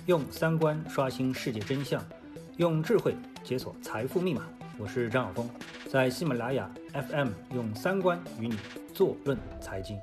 用三观刷新世界真相，用智慧解锁财富密码。我是张晓峰，在喜马拉雅 FM 用三观与你坐论财经。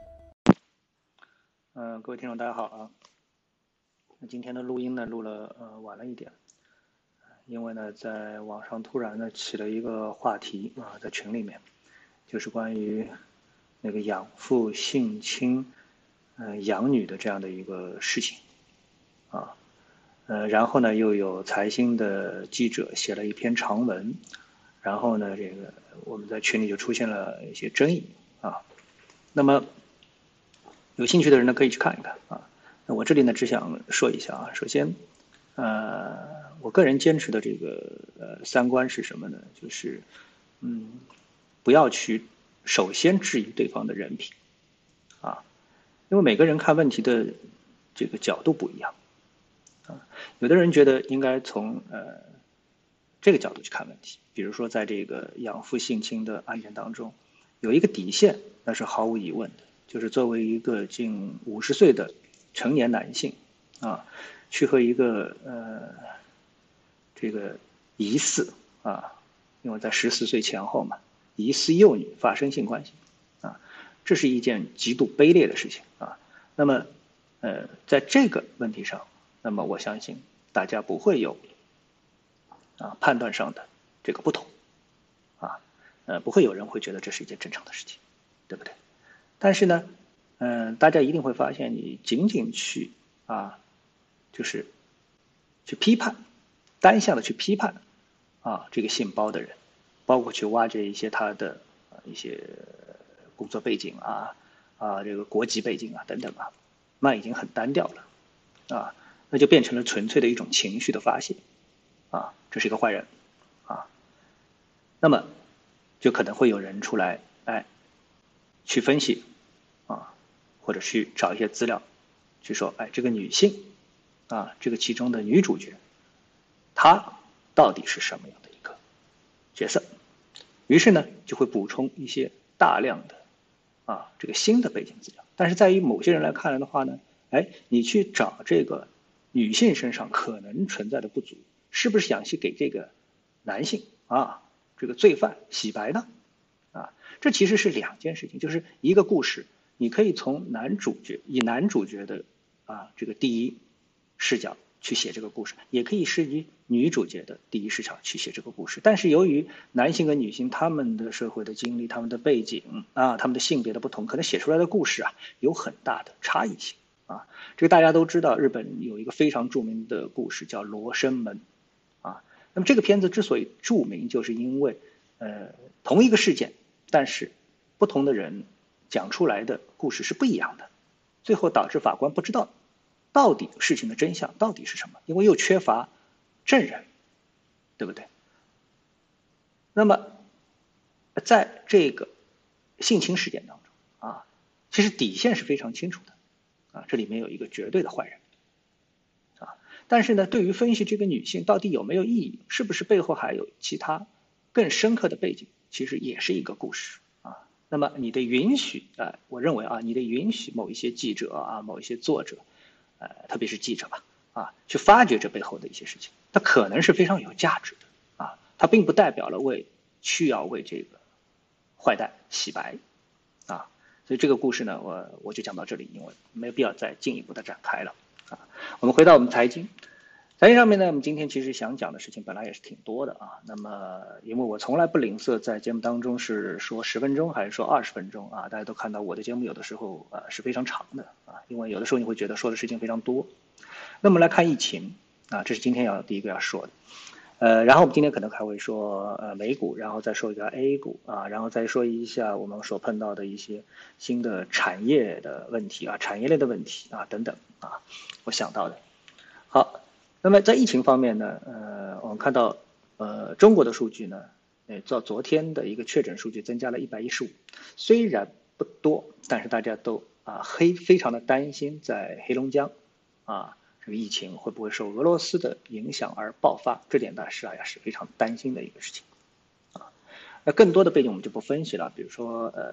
各位听众大家好啊。那今天的录音呢录了晚了一点，因为呢在网上突然呢起了一个话题啊，在群里面，就是关于那个养父性侵养女的这样的一个事情啊。然后呢又有财新的记者写了一篇长文，然后呢这个我们在群里就出现了一些争议啊。那么有兴趣的人呢可以去看一看啊。那我这里呢只想说一下啊，首先我个人坚持的这个三观是什么呢？就是不要去首先质疑对方的人品啊，因为每个人看问题的这个角度不一样啊。有的人觉得应该从这个角度去看问题，比如说在这个养父性侵的案件当中，有一个底线，那是毫无疑问的，就是作为一个近50岁的成年男性啊，去和一个这个疑似啊，因为在14岁前后嘛，疑似幼女发生性关系啊，这是一件极度卑劣的事情啊。那么在这个问题上，那么我相信大家不会有判断上的这个不同啊，不会有人会觉得这是一件正常的事情，对不对？但是呢，大家一定会发现，你仅仅去就是去批判，单向的去批判这个姓包的人，包括去挖掘一些他的一些工作背景这个国籍背景等等那已经很单调了那就变成了纯粹的一种情绪的发泄这是一个坏人那么就可能会有人出来去分析或者去找一些资料去说这个女性这个其中的女主角她到底是什么样的一个角色，于是呢就会补充一些大量的这个新的背景资料。但是在于某些人来看来的话呢，你去找这个女性身上可能存在的不足，是不是想去给这个男性这个罪犯洗白呢？这其实是两件事情，就是一个故事，你可以从以男主角的这个第一视角去写这个故事，也可以是以女主角的第一视角去写这个故事。但是由于男性跟女性他们的社会的经历、他们的背景他们的性别的不同，可能写出来的故事有很大的差异性这个大家都知道，日本有一个非常著名的故事叫《罗生门》那么这个片子之所以著名，就是因为同一个事件，但是不同的人讲出来的故事是不一样的，最后导致法官不知道到底事情的真相到底是什么，因为又缺乏证人，对不对？那么在这个性侵事件当中其实底线是非常清楚的这里面有一个绝对的坏人但是呢，对于分析这个女性到底有没有意义，是不是背后还有其他更深刻的背景，其实也是一个故事那么你得允许我认为你得允许某一些记者某一些作者特别是记者去发掘这背后的一些事情，它可能是非常有价值的它并不代表了需要为这个坏蛋洗白所以这个故事呢，我就讲到这里，因为没有必要再进一步的展开了我们回到我们财经上面呢，我们今天其实想讲的事情本来也是挺多的那么因为我从来不吝啬在节目当中是说10分钟还是说20分钟大家都看到我的节目有的时候是非常长的因为有的时候你会觉得说的事情非常多。那么来看疫情这是今天第一个要说的然后我们今天可能还会说美股，然后再说一个 A 股然后再说一下我们所碰到的一些新的产业的问题产业类的问题等等我想到的。好，那么在疫情方面呢我们看到中国的数据呢到昨天的一个确诊数据增加了115，虽然不多，但是大家都非常的担心在黑龙江这个疫情会不会受俄罗斯的影响而爆发，这点大家是非常担心的一个事情那更多的背景我们就不分析了，比如说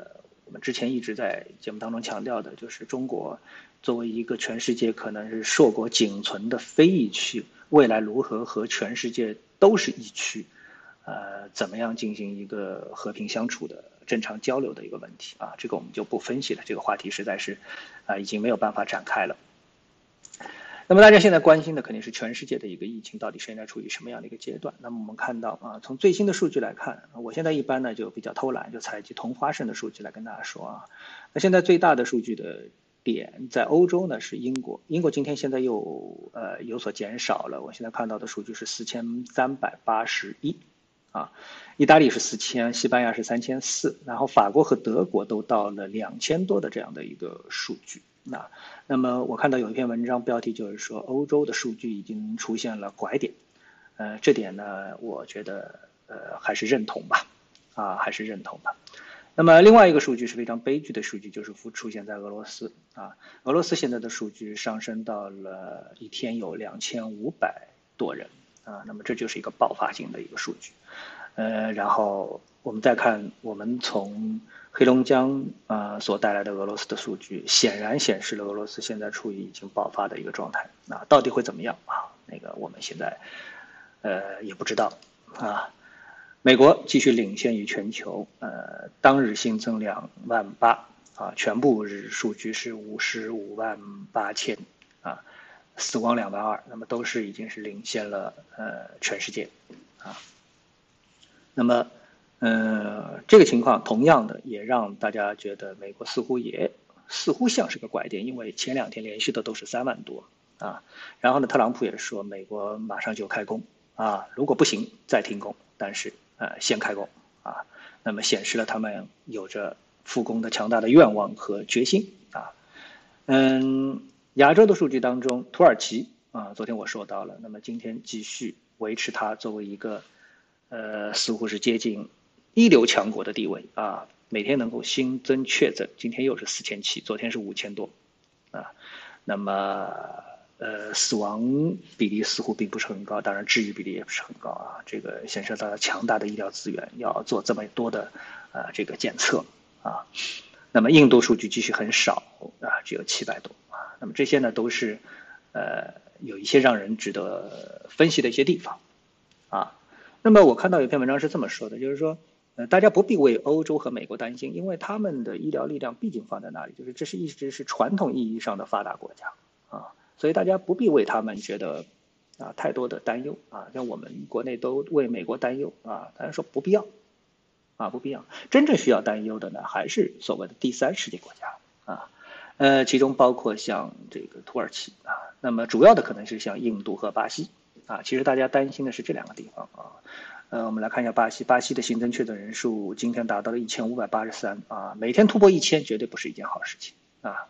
我们之前一直在节目当中强调的，就是中国作为一个全世界可能是硕果仅存的非疫区，未来如何和全世界都是疫区，怎么样进行一个和平相处的正常交流的一个问题啊，这个我们就不分析了，这个话题实在是已经没有办法展开了。那么大家现在关心的肯定是全世界的一个疫情到底现在处于什么样的一个阶段。那么我们看到啊，从最新的数据来看，我现在一般呢就比较偷懒，就采集同花顺的数据来跟大家说啊。那现在最大的数据的点在欧洲呢是英国，英国今天现在又有所减少了，我现在看到的数据是4381啊，意大利是4000，西班牙是3400，然后法国和德国都到了2000多的这样的一个数据。那么我看到有一篇文章标题就是说欧洲的数据已经出现了拐点，这点呢我觉得还是认同吧，还是认同吧。那么另外一个数据是非常悲剧的数据，就是出现在俄罗斯啊，俄罗斯现在的数据上升到了一天有2500多人啊，那么这就是一个爆发性的一个数据。然后我们再看，我们从黑龙江所带来的俄罗斯的数据，显然显示了俄罗斯现在处于已经爆发的一个状态啊，到底会怎么样啊？那个我们现在也不知道啊。美国继续领先于全球，当日新增28000啊，全部日数据是558000啊，死亡22000，那么都是已经是领先了全世界啊。那么，这个情况同样的也让大家觉得美国似乎像是个拐点，因为前2天连续的都是3万多啊。然后呢，特朗普也说美国马上就开工啊，如果不行再停工，但是先开工啊。那么显示了他们有着复工的强大的愿望和决心啊。亚洲的数据当中，土耳其啊，昨天我说到了，那么今天继续维持它作为一个似乎是接近一流强国的地位啊，每天能够新增确诊，今天又是4700，昨天是5000多啊。那么死亡比例似乎并不是很高，当然治愈比例也不是很高啊。这个显示到了强大的医疗资源，要做这么多的这个检测啊。那么印度数据继续很少啊，只有700多啊。那么这些呢都是有一些让人值得分析的一些地方啊。那么我看到有篇文章是这么说的，就是说大家不必为欧洲和美国担心，因为他们的医疗力量毕竟放在那里，就是这是一直是传统意义上的发达国家啊，所以大家不必为他们觉得太多的担忧啊，像我们国内都为美国担忧啊，大家说不必要啊，不必要，真正需要担忧的呢还是所谓的第三世界国家啊，其中包括像这个土耳其啊，那么主要的可能是像印度和巴西啊，其实大家担心的是这2个地方啊。我们来看一下巴西，巴西的新增确诊人数今天达到了1583啊，每天突破1000绝对不是一件好事情啊。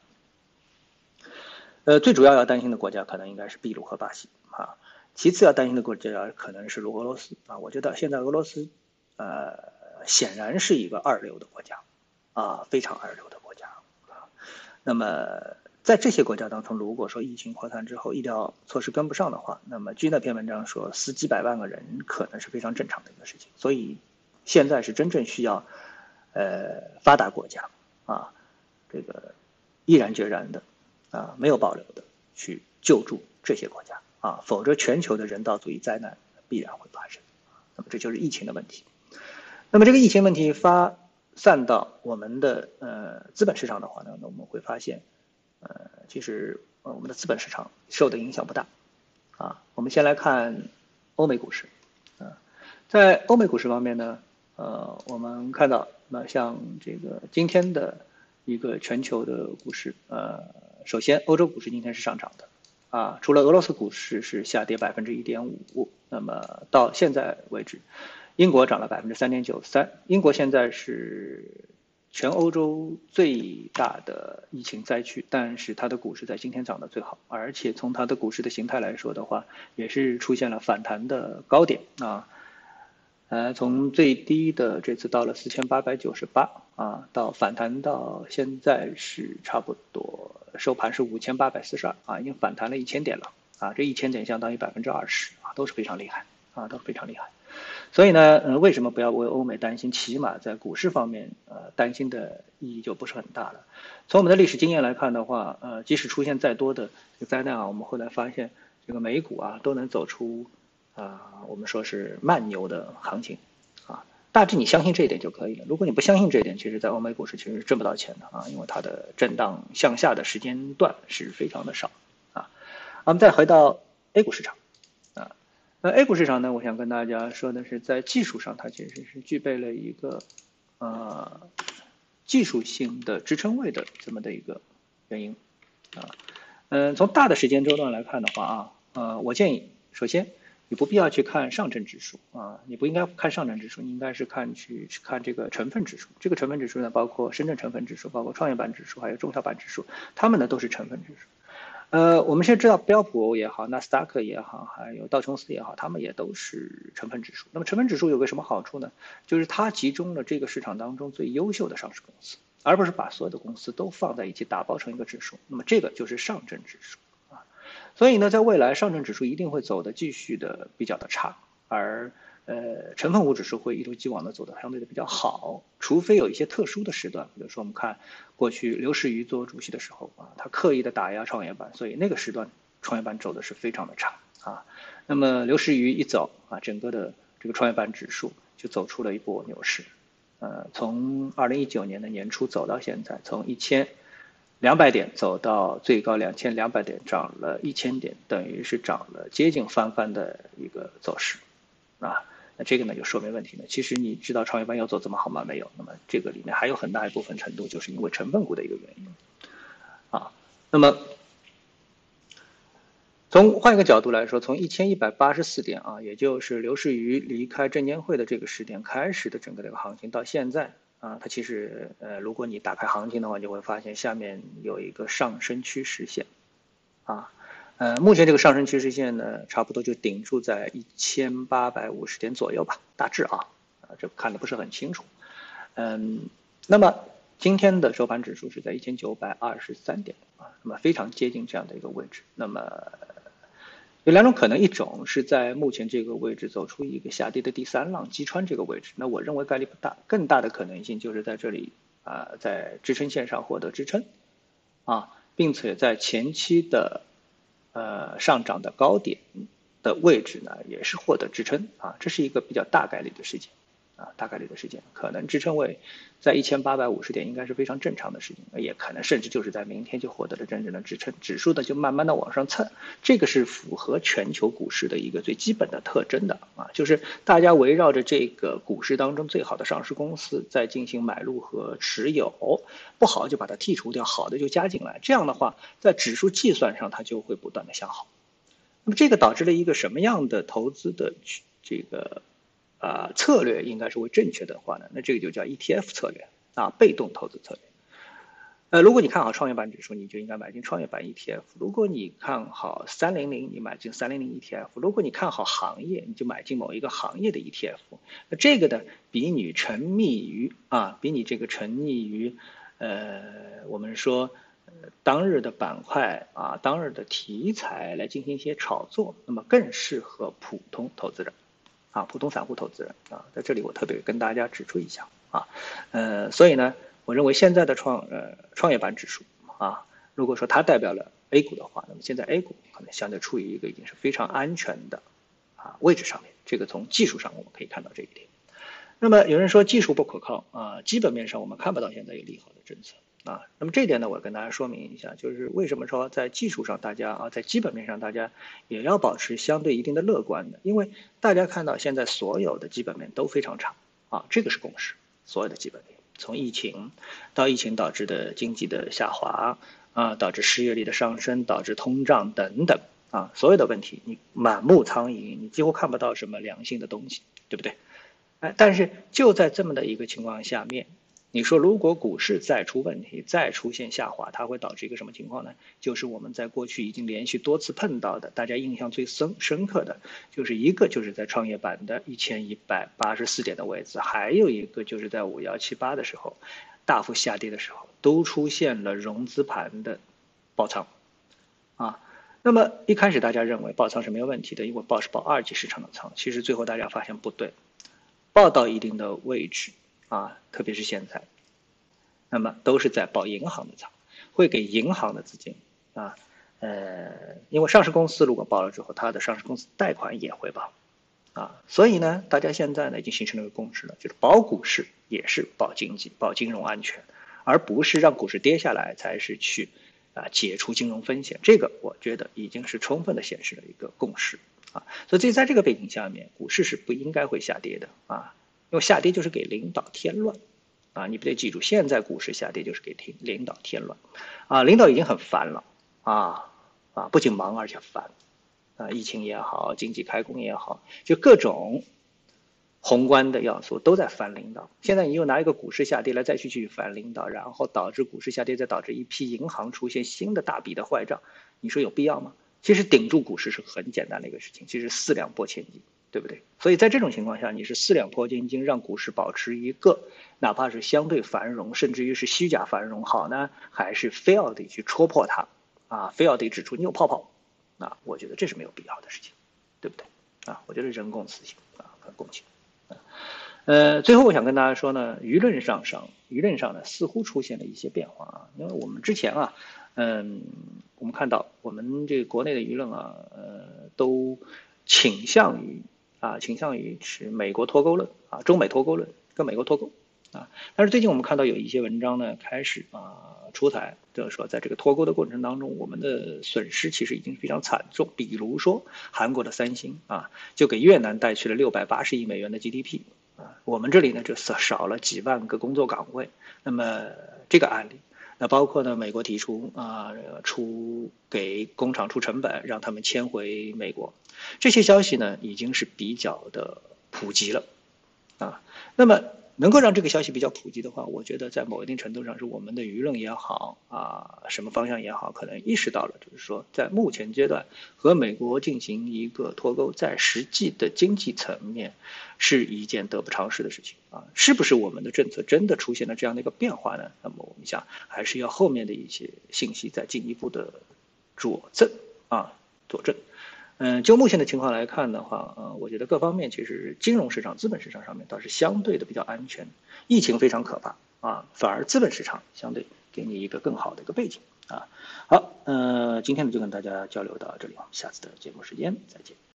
最主要担心的国家可能应该是秘鲁和巴西啊，其次要担心的国家可能是俄罗斯啊。我觉得现在俄罗斯显然是一个2流的国家啊，非常2流的国家啊。那么在这些国家当中，如果说疫情扩散之后医疗措施跟不上的话，那么据那篇文章说死几百万个人可能是非常正常的一个事情。所以现在是真正需要发达国家啊，这个毅然决然的没有保留的去救助这些国家啊，否则全球的人道主义灾难必然会发生。那么这就是疫情的问题。那么这个疫情问题发散到我们的资本市场的话呢，那我们会发现其实我们的资本市场受的影响不大啊。我们先来看欧美股市在欧美股市方面呢，我们看到像这个今天的一个全球的股市首先欧洲股市今天是上涨的啊，除了俄罗斯股市是下跌1.5%，那么到现在为止，英国涨了3.93%，英国现在是全欧洲最大的疫情灾区，但是它的股市在今天涨得最好，而且从它的股市的形态来说的话，也是出现了反弹的高点啊。从最低的这次到了4898啊，到反弹到现在是差不多收盘是5842啊，已经反弹了1000点了啊，这1000点相当于20%啊，都是非常厉害啊，都非常厉害。 所以呢，为什么不要为欧美担心？起码在股市方面，担心的意义就不是很大了。从我们的历史经验来看的话，即使出现再多的这个灾难啊，我们后来发现这个美股啊都能走出我们说是慢牛的行情啊。大致你相信这一点就可以了。如果你不相信这一点，其实在欧美股市其实是挣不到钱的啊，因为它的震荡向下的时间段是非常的少啊。我们再回到 A 股市场啊。A 股市场呢，我想跟大家说的是，在技术上它其实是具备了一个技术性的支撑位的这么的一个原因啊。从大的时间周段来看的话我建议首先你不必要去看上证指数啊，你不应该看上证指数，你应该是去看这个成分指数。这个成分指数呢，包括深圳成分指数，包括创业板指数，还有中小板指数，它们呢都是成分指数。我们现在知道标普也好，纳斯达克也好，还有道琼斯也好，它们也都是成分指数。那么成分指数有个什么好处呢？就是它集中了这个市场当中最优秀的上市公司，而不是把所有的公司都放在一起打包成一个指数。那么这个就是上证指数啊。所以呢，在未来上证指数一定会走的继续的比较的差，而成分股指数会一如既往的走的相对的比较好，除非有一些特殊的时段，比如说我们看过去刘士余做主席的时候他刻意的打压创业板，所以那个时段创业板走的是非常的差啊。那么刘士余一走整个的这个创业板指数就走出了一波牛市，从2019年的年初走到现在，从1200点走到最高2200点，涨了1000点，等于是涨了接近翻番的一个走势啊。那这个呢就说明问题呢，其实你知道创业板要走这么好吗？没有。那么这个里面还有很大一部分程度就是因为成分股的一个原因啊。那么换一个角度来说，从1184点也就是刘士余离开证监会的这个时点开始的整个这个行情到现在它其实如果你打开行情的话，就会发现下面有一个上升趋势线目前这个上升趋势线呢，差不多就顶住在1850点左右吧，大致这看的不是很清楚。那么今天的收盘指数是在1923点那么非常接近这样的一个位置。那么有两种可能，一种是在目前这个位置走出一个下跌的第三浪，击穿这个位置。那我认为概率不大，更大的可能性就是在这里在支撑线上获得支撑并且在前期的上涨的高点的位置呢，也是获得支撑这是一个比较大概率的事件大概率的事件，可能支撑位在1850点应该是非常正常的事情，也可能甚至就是在明天就获得了真正的支撑，指数的就慢慢的往上蹭，这个是符合全球股市的一个最基本的特征的就是大家围绕着这个股市当中最好的上市公司在进行买入和持有，不好就把它剔除掉，好的就加进来，这样的话在指数计算上它就会不断的向好。那么这个导致了一个什么样的投资的这个策略应该是为正确的话呢，那这个就叫 ETF 策略被动投资策略。如果你看好创业板指数，你就应该买进创业板 ETF； 如果你看好300，你买进300 ETF； 如果你看好行业，你就买进某一个行业的 ETF。那这个呢，比你沉迷于我们说当日的板块当日的题材来进行一些炒作，那么更适合普通投资人普通散户投资人在这里我特别跟大家指出一下所以呢，我认为现在的创业板指数如果说它代表了 A 股的话，那么现在 A 股可能相对处于一个已经是非常安全的位置上面，这个从技术上我们可以看到这一点。那么有人说技术不可靠基本面上我们看不到现在有利好的政策那么这一点呢，我跟大家说明一下，就是为什么说在技术上大家在基本面上大家也要保持相对一定的乐观的，因为大家看到现在所有的基本面都非常差这个是共识，所有的基本面，从疫情到疫情导致的经济的下滑导致失业率的上升，导致通胀等等所有的问题你满目苍蝇，你几乎看不到什么良性的东西，对不对？但是就在这么的一个情况下面，你说如果股市再出问题，再出现下滑，它会导致一个什么情况呢？就是我们在过去已经连续多次碰到的，大家印象最深刻的就是一个就是在创业板的1184点的位置，还有一个就是在5178的时候大幅下跌的时候，都出现了融资盘的爆仓那么一开始大家认为爆仓是没有问题的，因为爆是爆二级市场的仓，其实最后大家发现不对，爆到一定的位置特别是现在，那么都是在爆银行的仓，会给银行的资金因为上市公司如果爆了之后，它的上市公司贷款也会爆所以呢，大家现在呢已经形成了一个共识了，就是保股市也是保经济、保金融安全，而不是让股市跌下来才是去解除金融风险。这个我觉得已经是充分的显示了一个共识所以在这个背景下面，股市是不应该会下跌的因为下跌就是给领导添乱你不得记住，现在股市下跌就是给领导添乱领导已经很烦了不仅忙而且烦疫情也好，经济开工也好，就各种宏观的要素都在烦领导。现在你又拿一个股市下跌来再去烦领导，然后导致股市下跌，再导致一批银行出现新的大笔的坏账，你说有必要吗？其实顶住股市是很简单的一个事情，其实四两拨千斤，对不对？所以在这种情况下，你是四两拨千斤，让股市保持一个哪怕是相对繁荣，甚至于是虚假繁荣好呢，还是非要得去戳破它非要得指出你有泡泡我觉得这是没有必要的事情，对不对我觉得人共此行很共情最后我想跟大家说呢，舆论上呢似乎出现了一些变化因为我们之前我们看到我们这个国内的舆论都倾向于是美国脱钩论中美脱钩论，跟美国脱钩但是最近我们看到有一些文章呢开始出台，就是说在这个脱钩的过程当中，我们的损失其实已经非常惨重。比如说韩国的三星就给越南带去了680亿美元的 GDP 我们这里呢就少了几万个工作岗位。那么这个案例，那包括呢美国提出给工厂出成本，让他们迁回美国，这些消息呢已经是比较的普及了那么能够让这个消息比较普及的话，我觉得在某一定程度上是我们的舆论也好什么方向也好，可能意识到了，就是说在目前阶段和美国进行一个脱钩，在实际的经济层面是一件得不偿失的事情是不是我们的政策真的出现了这样的一个变化呢？那么我们想还是要后面的一些信息再进一步的佐证就目前的情况来看的话我觉得各方面其实金融市场、资本市场上面倒是相对的比较安全。疫情非常可怕反而资本市场相对给你一个更好的一个背景好今天呢就跟大家交流到这里，下次的节目时间再见。